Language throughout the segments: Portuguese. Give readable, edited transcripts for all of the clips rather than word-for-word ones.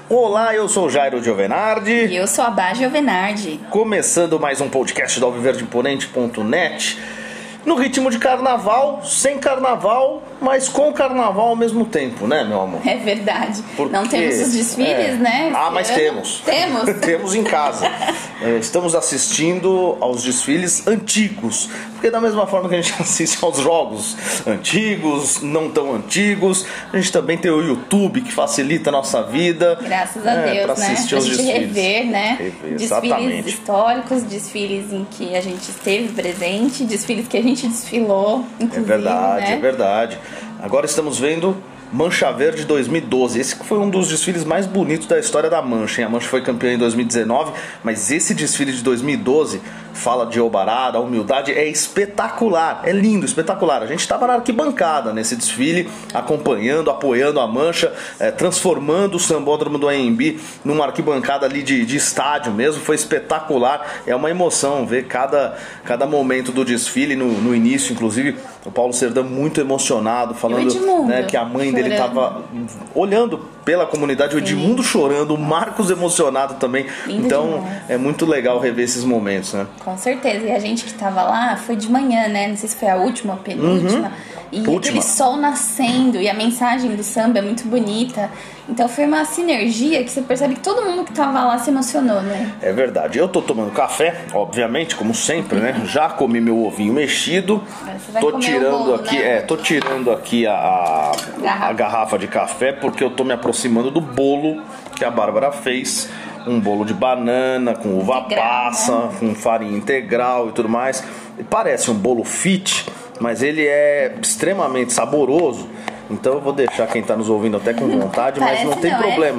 Olá, eu sou o Jairo Giovenardi. E eu sou a Bá Giovenardi. Começando mais um podcast do alviverdimponente.net. No ritmo de carnaval, sem carnaval, mas com carnaval ao mesmo tempo, né, meu amor? É verdade. Porque, não temos os desfiles, né? Ah, mas temos. Temos? Temos em casa. Estamos assistindo aos desfiles antigos. Porque da mesma forma que a gente assiste aos jogos antigos, não tão antigos, a gente também tem o YouTube que facilita a nossa vida. Graças a Deus, pra assistir aos a gente desfiles. Rever, né? Rever, desfiles históricos, desfiles em que a gente esteve presente, desfiles que a gente desfilou, inclusive. É verdade, né? é verdade. Agora estamos vendo Mancha Verde 2012. Esse foi um dos desfiles mais bonitos da história da Mancha, hein? A Mancha foi campeã em 2019, mas esse desfile de 2012 fala de Obará, a humildade, é espetacular, é lindo, espetacular. A gente estava na arquibancada nesse desfile, acompanhando, apoiando a Mancha, transformando o Sambódromo do Anhembi numa arquibancada ali de estádio mesmo. Foi espetacular, é uma emoção ver cada momento do desfile. No início, inclusive, o Paulo Serdã muito emocionado, falando, né, que a mãe dele estava olhando pela comunidade, o Edmundo chorando, o Marcos emocionado também. Lindo então demais. É muito legal rever esses momentos, né? Com certeza, e a gente que tava lá foi de manhã, né? Não sei se foi a última ou penúltima. E aquele sol nascendo, e a mensagem do samba é muito bonita. Então foi uma sinergia que você percebe que todo mundo que tava lá se emocionou, né? É verdade. Eu tô tomando café, obviamente, como sempre, né? Já comi meu ovinho mexido. Você vai Tô comer tirando o bolo, aqui, né? tô tirando aqui a garrafa de café, porque eu tô me aproximando do bolo que a Bárbara fez. Um bolo de banana, com uva passa, né? com farinha integral e tudo mais. Parece um bolo fit, mas ele é extremamente saboroso. Então eu vou deixar quem tá nos ouvindo até com vontade, mas não tem problema.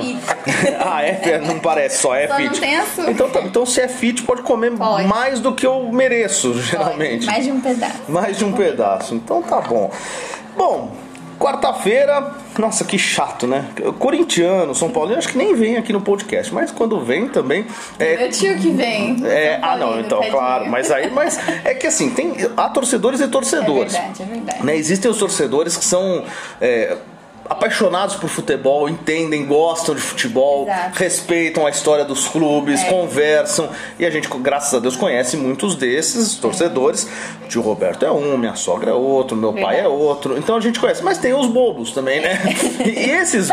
Não parece, só é só fit. Não tem açúcar. Então se é fit, pode comer mais do que eu mereço, geralmente. Mais de um pedaço. Mais de um pedaço. Então tá bom. Bom, quarta-feira, nossa, que chato, né? Corintiano, São Paulino, acho que nem vem aqui no podcast, mas quando vem também. Meu tio que vem. Não, então, tadinho. Claro, mas é que assim, há torcedores e torcedores. É verdade. Né? Existem os torcedores que são apaixonados por futebol, entendem, gostam de futebol, Exato. respeitam a história dos clubes, conversam, e a gente, graças a Deus, conhece muitos desses torcedores. O tio Roberto é um, minha sogra é outro, meu pai é outro, então a gente conhece, mas tem os bobos também, né? E esses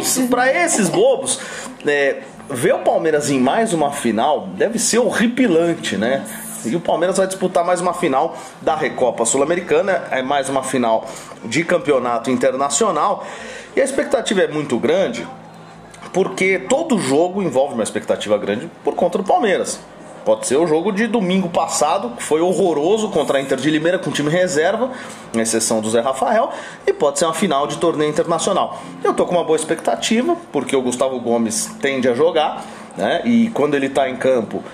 bobos, ver o Palmeiras em mais uma final deve ser horripilante, né? E o Palmeiras vai disputar mais uma final da Recopa Sul-Americana, é mais uma final de campeonato internacional. E a expectativa é muito grande, porque todo jogo envolve uma expectativa grande por conta do Palmeiras. Pode ser o jogo de domingo passado, que foi horroroso contra a Inter de Limeira com time reserva, na exceção do Zé Rafael, e pode ser uma final de torneio internacional. Eu tô com uma boa expectativa, porque o Gustavo Gomes tende a jogar, né? E quando ele tá em campo,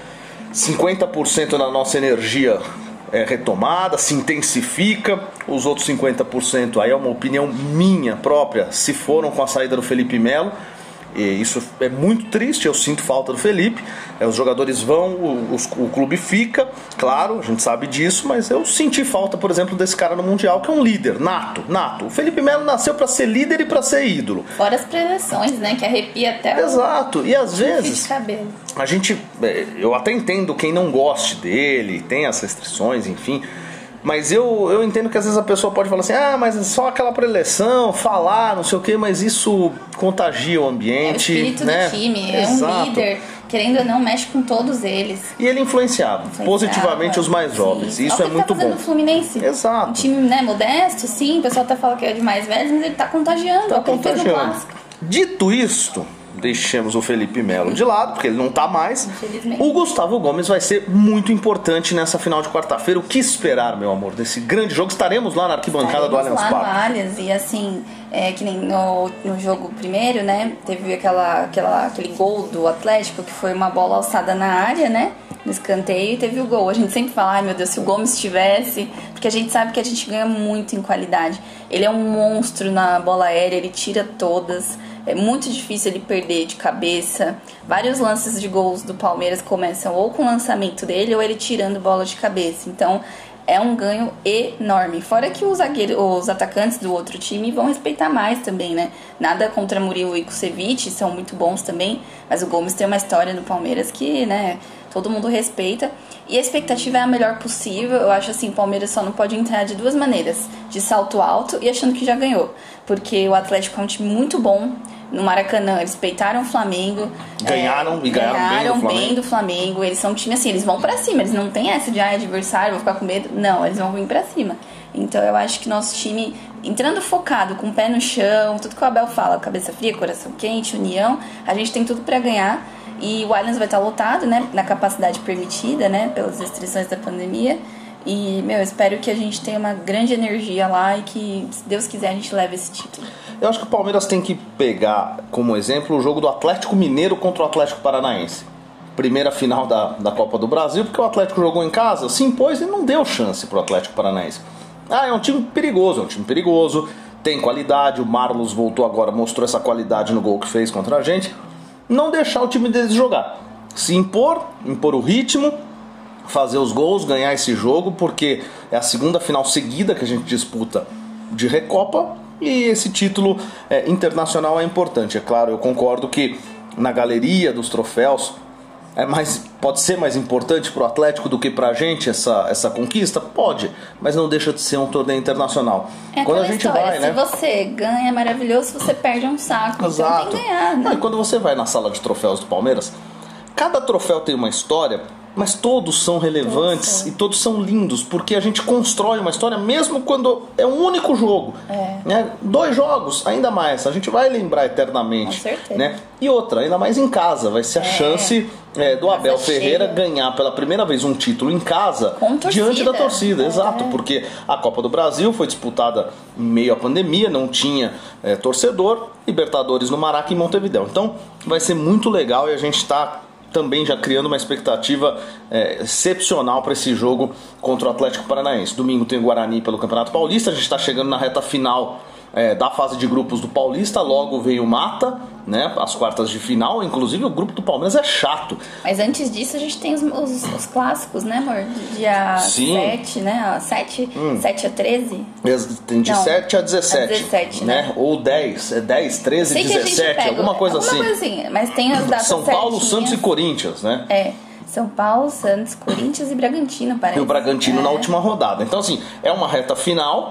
50% da nossa energia é retomada, se intensifica. Os outros 50%, aí é uma opinião minha própria, se foram com a saída do Felipe Melo. E isso é muito triste, eu sinto falta do Felipe. Os jogadores vão, o clube fica, claro, a gente sabe disso, mas eu senti falta, por exemplo, desse cara no Mundial, que é um líder nato. O Felipe Melo nasceu para ser líder e para ser ídolo. Fora as preleções, né, que arrepia até Exato, e às vezes cabelo. A gente, eu até entendo quem não goste dele, tem as restrições, enfim. Mas eu entendo que às vezes a pessoa pode falar assim, mas é só aquela preleção, falar, não sei o que, mas isso contagia o ambiente. É o espírito do time, Exato. É um líder, querendo ou não, mexe com todos eles. E ele influenciava positivamente os mais jovens. Sim. Isso é muito bom. No Fluminense. Exato. Um time, né, modesto, sim, o pessoal até fala que é de mais velhos, mas ele tá contagiando. Tá contagiando. Dito isto, deixemos o Felipe Melo de lado, porque ele não tá mais. O Gustavo Gomes vai ser muito importante nessa final de quarta-feira. O que esperar, meu amor, desse grande jogo? Estaremos lá na arquibancada do Allianz Parque. E assim, que nem no jogo primeiro, né? Teve aquele gol do Atlético, que foi uma bola alçada na área, né? No escanteio, e teve o gol. A gente sempre fala, ai meu Deus, se o Gomes tivesse, porque a gente sabe que a gente ganha muito em qualidade. Ele é um monstro na bola aérea, ele tira todas. É muito difícil ele perder de cabeça. Vários lances de gols do Palmeiras começam ou com o lançamento dele ou ele tirando bola de cabeça. Então, é um ganho enorme. Fora que os atacantes do outro time vão respeitar mais também, né? Nada contra Murilo e Kusevich, são muito bons também, mas o Gomes tem uma história no Palmeiras que, né, todo mundo respeita. E a expectativa é a melhor possível. Eu acho assim, o Palmeiras só não pode entrar de duas maneiras: de salto alto e achando que já ganhou. Porque o Atlético é um time muito bom. No Maracanã, eles peitaram o Flamengo. Ganharam bem do Flamengo. Eles são um time assim, eles vão pra cima. Eles não têm essa de adversário, vou ficar com medo. Não, eles vão vir pra cima. Então eu acho que nosso time, entrando focado, com o pé no chão, tudo que o Abel fala, cabeça fria, coração quente, união, a gente tem tudo pra ganhar. E o Allianz vai estar lotado, né, na capacidade permitida, né, pelas restrições da pandemia. E, eu espero que a gente tenha uma grande energia lá e que, se Deus quiser, a gente leve esse título. Eu acho que o Palmeiras tem que pegar como exemplo o jogo do Atlético Mineiro contra o Atlético Paranaense. Primeira final da Copa do Brasil, porque o Atlético jogou em casa, se impôs e não deu chance pro Atlético Paranaense. É um time perigoso, tem qualidade, o Marlos voltou agora, mostrou essa qualidade no gol que fez contra a gente. Não deixar o time deles jogar. Se impor o ritmo, fazer os gols, ganhar esse jogo, porque é a segunda final seguida que a gente disputa de Recopa e esse título internacional é importante. É claro, eu concordo que na galeria dos troféus pode ser mais importante para o Atlético do que para a gente essa conquista? Pode, mas não deixa de ser um torneio internacional. Quando a gente história, vai, né? Se você ganha é maravilhoso, se você perde é um saco. Exato. Então tem que ganhar, né? E quando você vai na sala de troféus do Palmeiras, cada troféu tem uma história, mas todos são relevantes e todos são lindos, porque a gente constrói uma história mesmo quando é um único jogo. Né? 2 jogos, ainda mais, a gente vai lembrar eternamente. Com certeza. Né? E outra, ainda mais em casa, vai ser a chance do Abel Ferreira ganhar pela primeira vez um título em casa diante da torcida. Exato, porque a Copa do Brasil foi disputada em meio à pandemia, não tinha torcedor, Libertadores no Maraca e em Montevidéu. Então vai ser muito legal e a gente está também já criando uma expectativa excepcional para esse jogo contra o Atlético Paranaense. Domingo tem o Guarani pelo Campeonato Paulista, a gente está chegando na reta final da fase de grupos do Paulista, logo veio o Mata, né, as quartas de final, inclusive o grupo do Palmeiras é chato. Mas antes disso a gente tem os clássicos, né, amor? Dia 7, né, 7 a 13? Tem de 7 a 17, né? Ou 10, 10, 13, 17, alguma coisa assim. Mas tem as datas São Paulo, Santos e Corinthians, né? São Paulo, Santos, Corinthians e Bragantino, parece. E o Bragantino na última rodada. Então, assim, é uma reta final.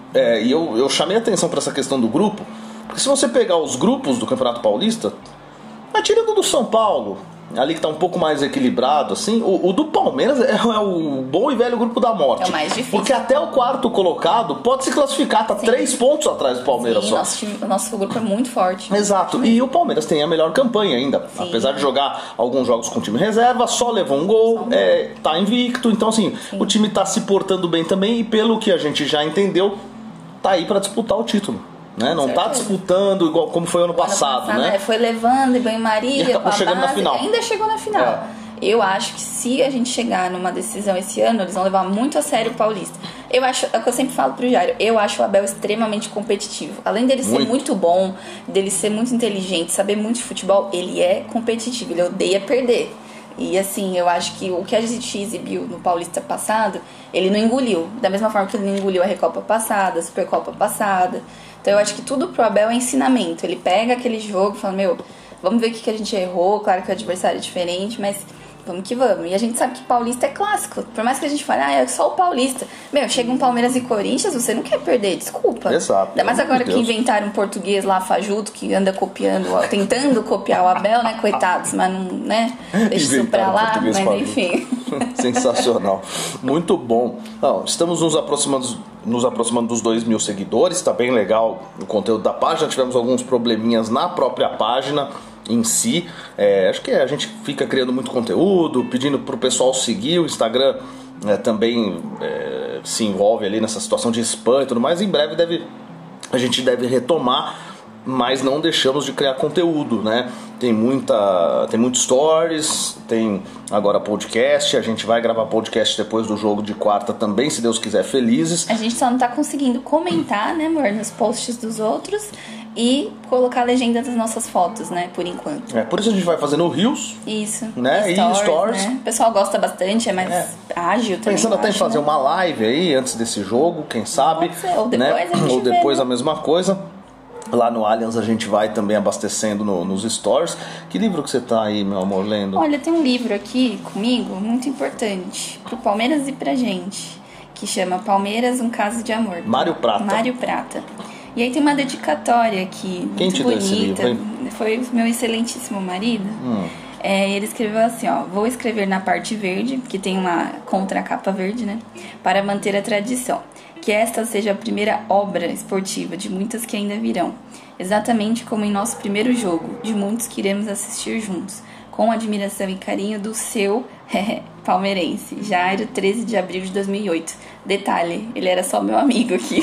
E eu chamei atenção para essa questão do grupo, porque se você pegar os grupos do Campeonato Paulista, tirando do São Paulo, ali que está um pouco mais equilibrado, assim, o do Palmeiras é o bom e velho grupo da morte. É o mais difícil. Porque até o quarto colocado pode se classificar, tá 3 pontos atrás do Palmeiras. Sim, o nosso grupo é muito forte. Exato, e o Palmeiras tem a melhor campanha ainda. Sim. Apesar de jogar alguns jogos com time reserva, só levou um gol, tá invicto. Então, assim, o time tá se portando bem também e pelo que a gente já entendeu, tá aí para disputar o título, né? Não tá disputando igual como foi ano passado, né? Foi levando e banho-maria, e acabou chegando na final. Ainda chegou na final. Eu acho que se a gente chegar numa decisão esse ano, eles vão levar muito a sério o Paulista. Eu acho, é o que eu sempre falo pro Jairo, eu acho o Abel extremamente competitivo. Além dele ser muito bom, dele ser muito inteligente, saber muito de futebol, ele é competitivo, ele odeia perder. E assim, eu acho que o que a gente exibiu no Paulista passado, ele não engoliu. Da mesma forma que ele não engoliu a Recopa passada, a Supercopa passada. Então eu acho que tudo pro Abel é ensinamento. Ele pega aquele jogo e fala, vamos ver o que a gente errou. Claro que o adversário é diferente, mas vamos que vamos. E a gente sabe que Paulista é clássico. Por mais que a gente fale, é só o Paulista. Chega um Palmeiras e Corinthians, você não quer perder, desculpa. Exato. Ainda mais agora que inventaram um português lá, fajuto, que anda copiando, tentando copiar o Abel, né, coitados, mas não, né, deixa isso pra lá, mas enfim. Sensacional. Muito bom. Estamos nos aproximando dos 2.000 seguidores, tá bem legal o conteúdo da página, tivemos alguns probleminhas na própria página em si, acho que a gente fica criando muito conteúdo, pedindo pro pessoal seguir o Instagram, também se envolve ali nessa situação de spam e tudo mais. Em breve a gente deve retomar, mas não deixamos de criar conteúdo, né? Tem muitos stories, tem agora podcast, a gente vai gravar podcast depois do jogo de quarta também, se Deus quiser, felizes. A gente só não tá conseguindo comentar, né, amor, nos posts dos outros e colocar a legenda das nossas fotos, né, por enquanto. Por isso a gente vai fazendo Reels. Isso. Né? E stories. Né? O pessoal gosta bastante, é mais ágil também. Pensando até em fazer uma live aí antes desse jogo, quem sabe. Pode ser. Ou depois, né? a gente Ou depois vê, a mesma coisa. Lá no Allianz a gente vai também abastecendo nos stories. Que livro que você tá aí, meu amor, lendo? Olha, tem um livro aqui comigo muito importante pro Palmeiras e pra gente, que chama Palmeiras, um caso de amor. Mário Prata. Mário Prata. E aí tem uma dedicatória aqui, Quem muito te bonita. deu esse livro, hein? Foi o meu excelentíssimo marido. Ele escreveu assim, ó: vou escrever na parte verde, que tem uma contracapa verde, né? Para manter a tradição. Que esta seja a primeira obra esportiva de muitas que ainda virão. Exatamente como em nosso primeiro jogo, de muitos que iremos assistir juntos. Com admiração e carinho do seu palmeirense, Jairo, 13 de abril de 2008. Detalhe, ele era só meu amigo aqui.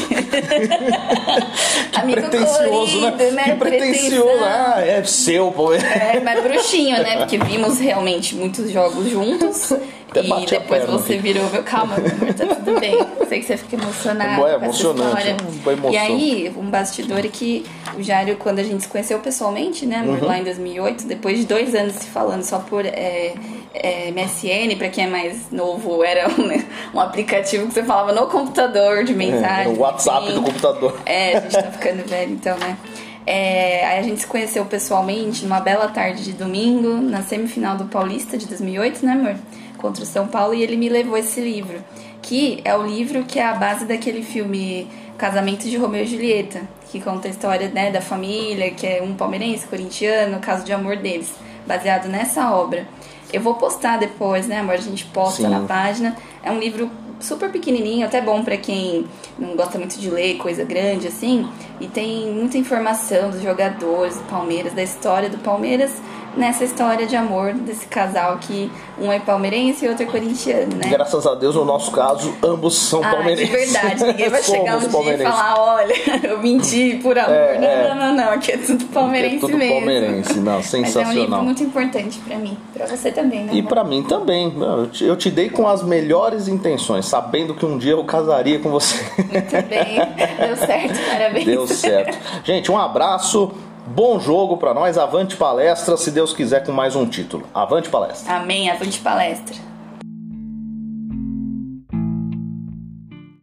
Amigo pretencioso, colorido, né? Que pretencioso. É seu, pô. Mas bruxinho, né? Porque vimos realmente muitos jogos juntos. Até e depois você virou meu... Calma, meu amor, tá tudo bem. Sei que você fica emocionado. É emocionante. E aí, um bastidor é que o Jairo, quando a gente se conheceu pessoalmente, né, amor, lá em 2008, depois de 2 anos se falando só por MSN, pra quem é mais novo, era um aplicativo que você falava no computador de mensagem. O WhatsApp do computador. A gente tá ficando velho, então, né? Aí a gente se conheceu pessoalmente numa bela tarde de domingo, na semifinal do Paulista de 2008, né, amor? Contra o São Paulo, e ele me levou esse livro, que é o livro que é a base daquele filme Casamento de Romeu e Julieta, que conta a história, né, da família, que é um palmeirense, corintiano, o caso de amor deles, baseado nessa obra. Eu vou postar depois, né, amor? A gente posta na página. É um livro super pequenininho, até bom pra quem não gosta muito de ler coisa grande, assim. E tem muita informação dos jogadores do Palmeiras, da história do Palmeiras, nessa história de amor desse casal que um é palmeirense e outro é corintiano, né? Graças a Deus, no nosso caso, ambos são palmeirenses. De verdade, ninguém vai chegar um dia e falar, olha, eu menti por amor. Não, aqui é tudo palmeirense mesmo. É tudo palmeirense, não, sensacional. Mas é um livro muito importante pra mim, pra você também, né? E pra mim também. Eu te dei com as melhores intenções, sabendo que um dia eu casaria com você. Muito bem, deu certo, parabéns. Deu certo. Gente, um abraço. Bom jogo pra nós, avante palestra, se Deus quiser, com mais um título. Avante palestra. Amém, avante palestra.